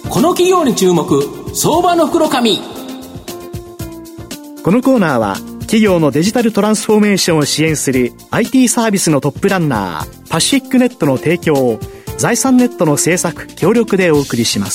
この企業に注目、相場の福の神。 このコーナーは企業のデジタルトランスフォーメーションを支援する IT サービスのトップランナーパシフィックネットの提供を財産ネットの制作協力でお送りします。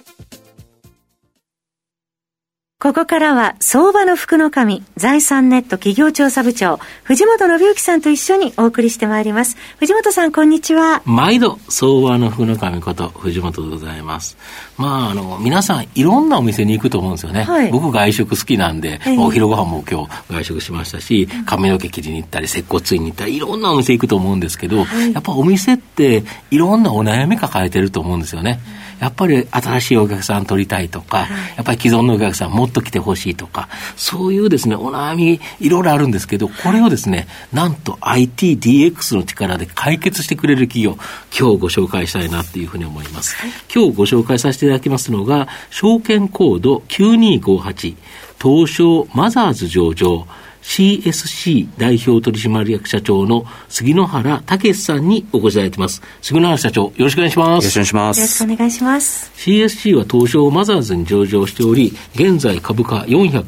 ここからは相場の福の神、財産ネット企業調査部長藤本信之さんと一緒にお送りしてまいります。藤本さん、こんにちは。 毎度相場の福の神こと藤本でございます。皆さんいろんなお店に行くと思うんですよね、はい、僕外食好きなんで、お昼ご飯も今日外食しましたし、髪の毛切りに行ったり接骨院に行ったりいろんなお店行くと思うんですけど、はい、やっぱお店っていろんなお悩み抱えてると思うんですよね。やっぱり新しいお客さん取りたいとか、はい、やっぱり既存のお客さんもっと来てほしいとか、そういうですねお悩みいろいろあるんですけど、これをですねなんと IT、DX の力で解決してくれる企業、今日ご紹介したいなっていうふうに思います、はい、今日ご紹介させていただきますのが証券コード9258東証マザーズ上場 CSC 代表取締役社長の杉野原武さんにお越しいただいています。杉野原社長、よろしくお願いします。 よろしくお願いします。 よろしくお願いします。 CSC は東証マザーズに上場しており、現在株価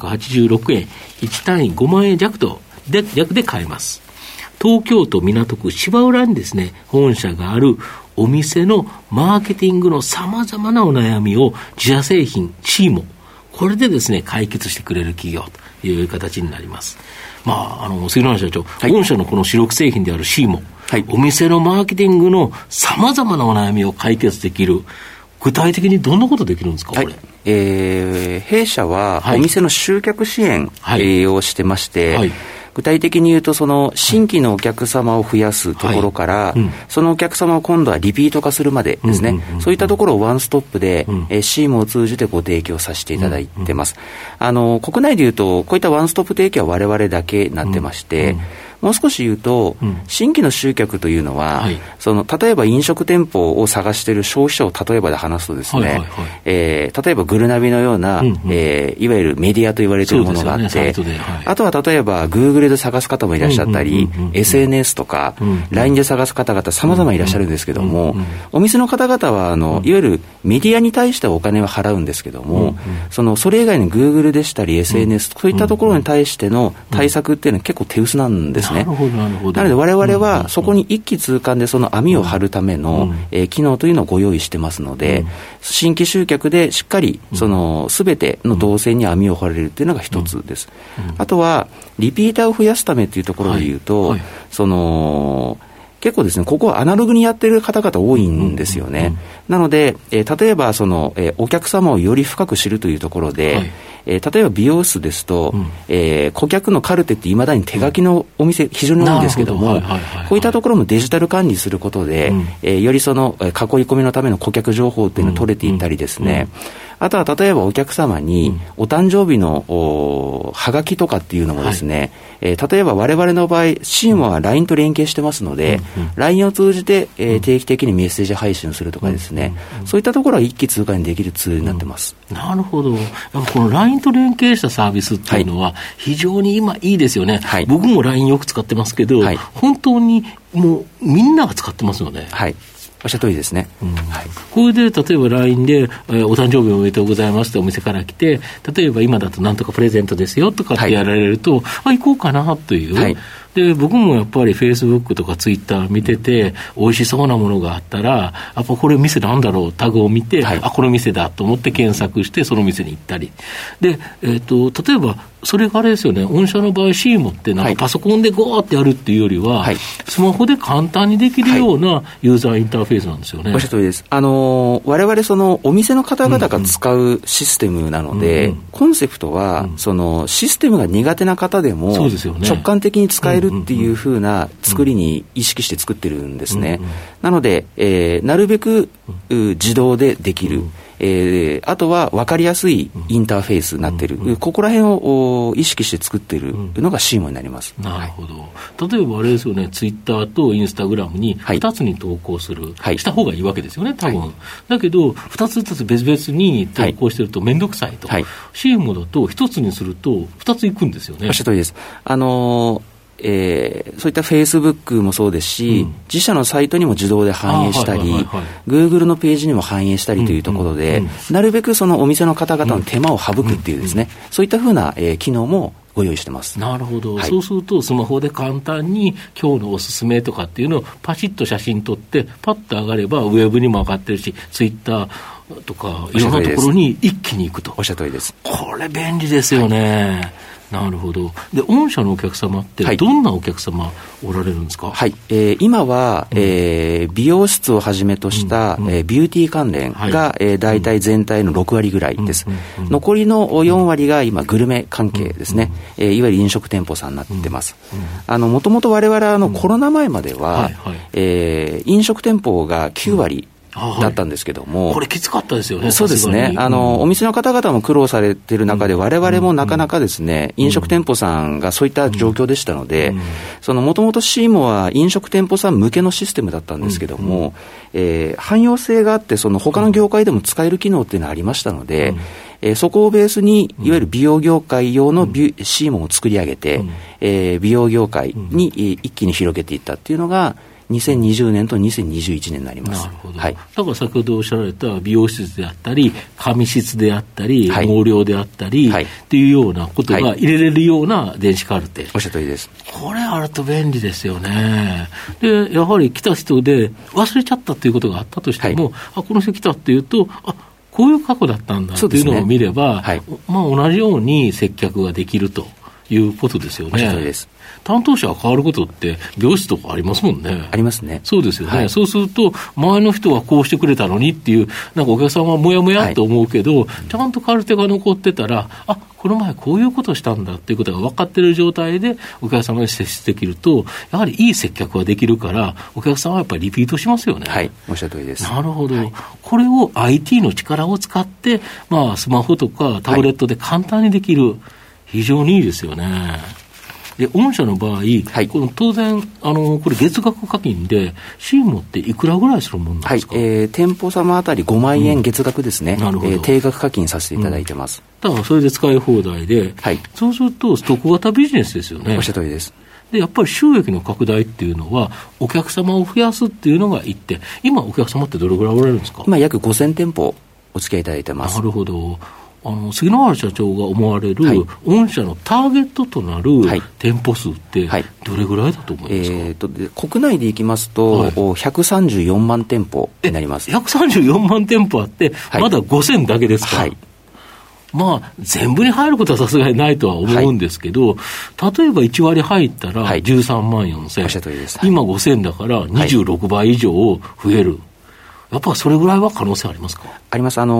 486円1単位5万円弱で買えます。東京都港区芝浦にですね本社があるお店のマーケティングのさまざまなお悩みを自社製品 CMO、 これでですね解決してくれる企業という形になります。杉野社長、はい、本社のこの主力製品である CMO、はい、お店のマーケティングのさまざまなお悩みを解決できる、具体的にどんなことできるんですか、これ。 弊社はお店の集客支援、をしてまして、はい、具体的に言うとその新規のお客様を増やすところから、はい、そのお客様を今度はリピート化するまでですね、そういったところをワンストップで、CMO を通じてご提供させていただいてます。国内で言うとこういったワンストップ提供は我々だけになってまして、もう少し言うと、新規の集客というのは、はい、例えば飲食店舗を探している消費者を例えばで話すとですね、例えばグルナビのような、いわゆるメディアと言われているものがあって、あとは例えば Google で探す方もいらっしゃったり、SNS とか、LINE で探す方々様々いらっしゃるんですけども、お店の方々はいわゆるメディアに対してはお金は払うんですけども、それ以外に Google でしたり SNS、そういったところに対しての対策っていうのは結構手薄なんですね。なので我々はそこに一気通貫でその網を張るための、機能というのをご用意してますので、新規集客でしっかり全ての動線に網を張れるというのが一つです。あとはリピーターを増やすためというところで言うと、結構ですね、ここはアナログにやっている方々多いんですよね。なので、例えばお客様をより深く知るというところで、例えば美容室ですと、顧客のカルテっていまだに手書きのお店非常に多いんですけども、こういったところもデジタル管理することで、より囲い込みのための顧客情報っていうのを取れていったりですね、あとは例えばお客様にお誕生日のはがきとかっていうのもですね、例えば我々の場合 CMO は LINE と連携してますので、LINE を通じて、定期的にメッセージ配信するとかですね、そういったところは一気通貫にできるツールになってます。 なるほど。この LINE と連携したサービスっていうのは非常に今いいですよね、はい、僕も LINE よく使ってますけど、はい、本当にもうみんなが使ってますよね。 はい、おっしゃる通りですね、 はい、これで例えば LINE で、お誕生日おめでとうございますってお店から来て、例えば今だとなんとかプレゼントですよとかってやられると、行こうかなという、はい、で僕もやっぱりフェイスブックとかツイッター見てて、美味しそうなものがあったら、やっぱこれ店なんだろう、タグを見て、はい、この店だと思って検索してその店に行ったりで、例えばそれがあれですよね、御社の場合 CMO ってなんかパソコンでゴーってやるっていうよりは、はい、スマホで簡単にできるようなユーザーインターフェースなんですよね。 おっしゃる通りです。我々そのお店の方々が使うシステムなので、コンセプトは、そのシステムが苦手な方でも直感的に使えるっていう風な作りに意識して作ってるんですね。なので、なるべく自動でできる、あとは分かりやすいインターフェースになっている、ここら辺を意識して作っているのが CMO になります。 なるほど。例えばあれですよね、ツイッターとインスタグラムに2つに投稿する、はい、した方がいいわけですよね多分、はい、だけど2つずつ別々に投稿してると面倒くさいと、はい、CMO だと1つにすると2ついくんですよね。 おっしゃる通りです。 そういったフェイスブックもそうですし、自社のサイトにも自動で反映したり、Google のページにも反映したりというところで、なるべくそのお店の方々の手間を省くっていうですね、そういったふうな、機能もご用意してます。 なるほど、そうするとスマホで簡単に今日のおすすめとかっていうのをパチッと写真撮ってパッと上がればウェブにも上がってるし、ツイッターとかいろんなところに一気に行くと。 おっしゃる通りです。 これ便利ですよね。なるほど。で、御社のお客様ってどんなお客様おられるんですか？ はい、今は、美容室をはじめとした、ビューティー関連が、大体全体の6割ぐらいです。残りの4割が今グルメ関係ですね、いわゆる飲食店舗さんになってます。もともと我々コロナ前までは、飲食店舗が9割、だったんですけども、 これきつかったですよね。 そうですね。お店の方々も苦労されている中で、我々もなかなかですね、飲食店舗さんがそういった状況でしたので、もともとシーモは飲食店舗さん向けのシステムだったんですけども、汎用性があって、他の業界でも使える機能っていうのがありましたので、そこをベースにいわゆる美容業界用のシーモを作り上げて、美容業界に一気に広げていったっていうのが、2020年と2021年になります。 なるほど。だから先ほどおっしゃられた美容室であったり、髪質であったり、毛量であったり、っていうようなことが入れれるような電子カルテ。 おっしゃる通りです。 これあると便利ですよね。で、やはり来た人で忘れちゃったということがあったとしても、この人来たっていうと、こういう過去だったんだっていうのを見れば、同じように接客ができるということですよね。 おっしゃる通りです。 担当者が変わることって美容室とかありますもんね。 ありますね。 そうですよね。そうすると前の人はこうしてくれたのにっていう、なんかお客さんはもやもやと思うけど、ちゃんとカルテが残ってたら、この前こういうことしたんだっていうことが分かっている状態でお客様に接してできると、やはりいい接客ができるからお客さんはやっぱりリピートしますよね。 おっしゃる通りです。 なるほど。これを IT の力を使って、スマホとかタブレットで簡単にできる、非常にいいですよね。で、御社の場合、この当然これ月額課金でシーモっていくらぐらいするものなんですか？ 店舗様あたり5万円月額ですね。定額課金させていただいてます。 だからそれで使い放題で、そうするとストック型ビジネスですよね。 おっしゃる通りです。 で、やっぱり収益の拡大っていうのはお客様を増やすっていうのが一点。今お客様ってどれぐらいおられるんですか？ 今約5000店舗お付き合いいただいてます。 なるほど。杉野原社長が思われる、御社のターゲットとなる店舗数ってどれぐらいだと思いますか？ 国内でいきますと、134万店舗になります。 134万店舗あって、まだ5000だけですか？全部に入ることはさすがにないとは思うんですけど、例えば1割入ったら13万4000、 おっしゃる通りです。 今5000だから26倍以上増える。やっぱそれぐらいは可能性ありますか？ あります。我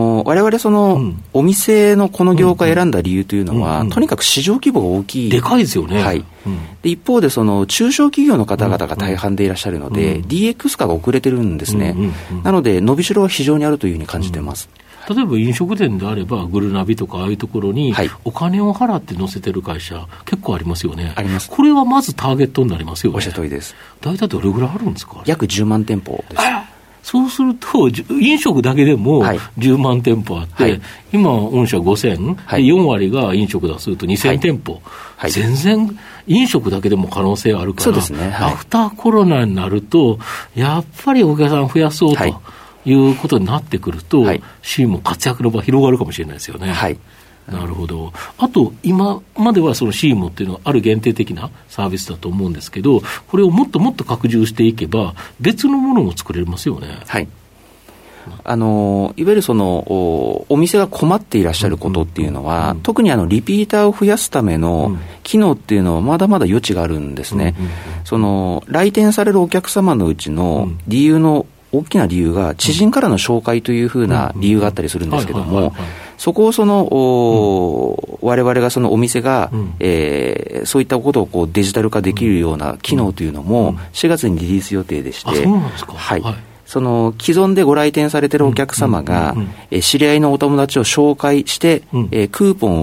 々お店のこの業界を選んだ理由というのは、とにかく市場規模が大きい。 でかいですよね。 で一方で中小企業の方々が大半でいらっしゃるので、DX 化が遅れてるんですね。なので伸びしろは非常にあるというふうに感じています。 例えば飲食店であればグルナビとかああいうところにお金を払って載せてる会社結構ありますよね。 あります。 これはまずターゲットになりますよね。 おっしゃる通りです。 大体どれぐらいあるんですか？ 約10万店舗です。 そうすると飲食だけでも10万店舗あって、今御社5000、4割が飲食だすると2000店舗、全然飲食だけでも可能性あるから、アフターコロナになるとやっぱりお客さん増やそうということになってくると、シーモ活躍の場広がるかもしれないですよね。なるほど。あと今まではそのシーモっていうのはある限定的なサービスだと思うんですけど、これをもっともっと拡充していけば別のものも作れますよね。 いわゆるお店が困っていらっしゃることっていうのは、特にリピーターを増やすための機能っていうのはまだまだ余地があるんですね。来店されるお客様のうちの理由の大きな理由が知人からの紹介というふうな理由があったりするんですけども、そこを我々がお店が、そういったことをデジタル化できるような機能というのも4月にリリース予定でして、 そうなんですか？ 既存でご来店されているお客様が、知り合いのお友達を紹介して、クーポンを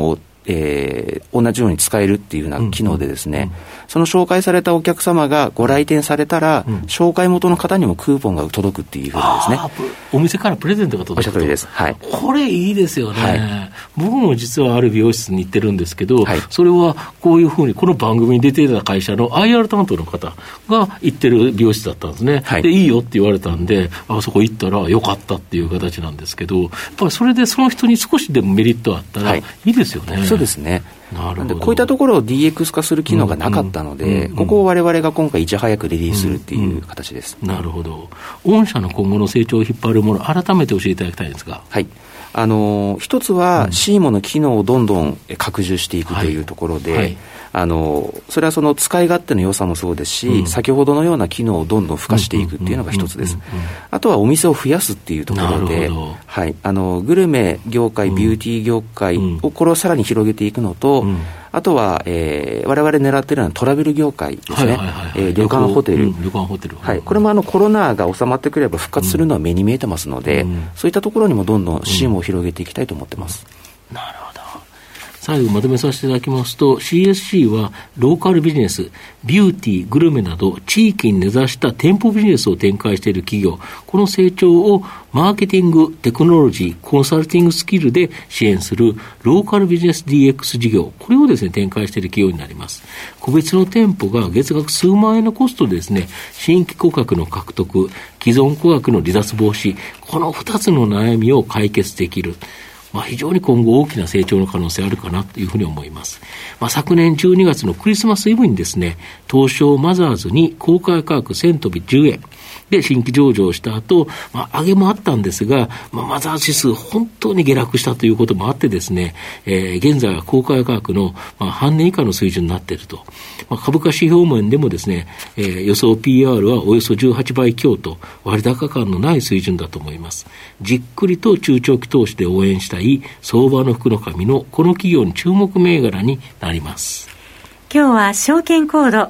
同じように使えるっていうような機能でですね、その紹介されたお客様がご来店されたら、紹介元の方にもクーポンが届くっていうふうにですね。 お店からプレゼントが届くと。 おっしゃる通りです。はい。 これいいですよね。僕も実はある美容室に行ってるんですけど、それはこういうふうにこの番組に出ていた会社の IR 担当の方が行ってる美容室だったんですね。で、いいよって言われたんで、そこ行ったらよかったっていう形なんですけど、やっぱりそれでその人に少しでもメリットあったらいいですよね。 そうですね。 なるほど。 こういったところを DX 化する機能がなかったので、ここを我々が今回いち早くリリースするっていう形です。 なるほど。御社の今後の成長を引っ張るもの、改めて教えていただきたいんですが。 はい。一つは CMO の機能をどんどん拡充していくというところで、それはその使い勝手の良さもそうですし、先ほどのような機能をどんどん付加していくっていうのが一つです。あとはお店を増やすっていうところで、はい、グルメ業界、ビューティー業界をこれをさらに広げていくのと、あとは、我々狙っているのはトラベル業界ですね。旅館ホテル。 旅館ホテル。 はい。これもコロナが収まってくれば復活するのは目に見えてますので、そういったところにもどんどんシームを広げていきたいと思ってます。 なるほど。最後まとめさせていただきますと、 CSC はローカルビジネス、ビューティー、グルメなど地域に根ざした店舗ビジネスを展開している企業、この成長をマーケティング、テクノロジー、コンサルティングスキルで支援するローカルビジネス DX 事業、これをですね展開している企業になります。個別の店舗が月額数万円のコストでですね、新規顧客の獲得、既存顧客の離脱防止、この2つの悩みを解決できる。非常に今後大きな成長の可能性あるかなというふうに思います。昨年12月のクリスマスイブにですね、東証マザーズに公開価格1000飛び10円で新規上場した後、上げもあったんですが、マザーズ指数本当に下落したということもあってですね、現在は公開価格の半年以下の水準になっていると。株価指標面でもですね、予想 PR はおよそ18倍強と割高感のない水準だと思います。じっくりと中長期投資で応援したい相場の福の神のこの企業に注目銘柄になります。 今日は証券コード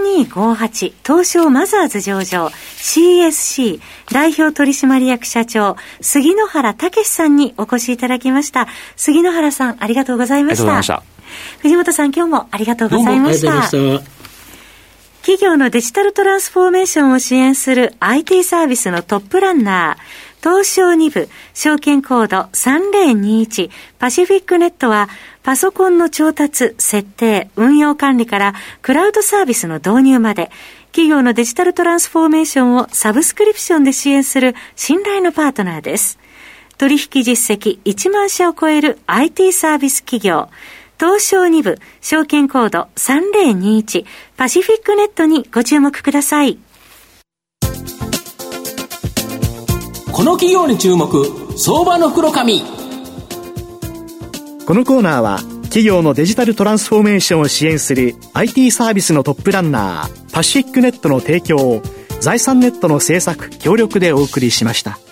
9258東証マザーズ上場 CSC 代表取締役社長杉野原武さんにお越しいただきました。杉野原さん、ありがとうございました。 ありがとうございました。 藤本さん、今日もありがとうございました。 どうもありがとうございました。 企業のデジタルトランスフォーメーションを支援する IT サービスのトップランナー、東証2部証券コード3021パシフィックネットはパソコンの調達、設定、運用管理からクラウドサービスの導入まで企業のデジタルトランスフォーメーションをサブスクリプションで支援する信頼のパートナーです。取引実績1万社を超える IT サービス企業、東証2部証券コード3021パシフィックネットにご注目ください。 この企業に注目、相場の福の神。 このコーナーは企業のデジタルトランスフォーメーションを支援する IT サービスのトップランナーパシフィックネットの提供を財産ネットの制作協力でお送りしました。